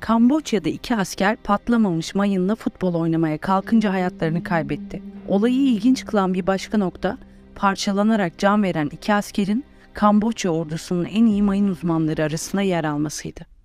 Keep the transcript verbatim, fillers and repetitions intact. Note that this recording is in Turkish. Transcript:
Kamboçya'da iki asker patlamamış mayınla futbol oynamaya kalkınca hayatlarını kaybetti. Olayı ilginç kılan bir başka nokta, parçalanarak can veren iki askerin Kamboçya ordusunun en iyi mayın uzmanları arasında yer almasıydı.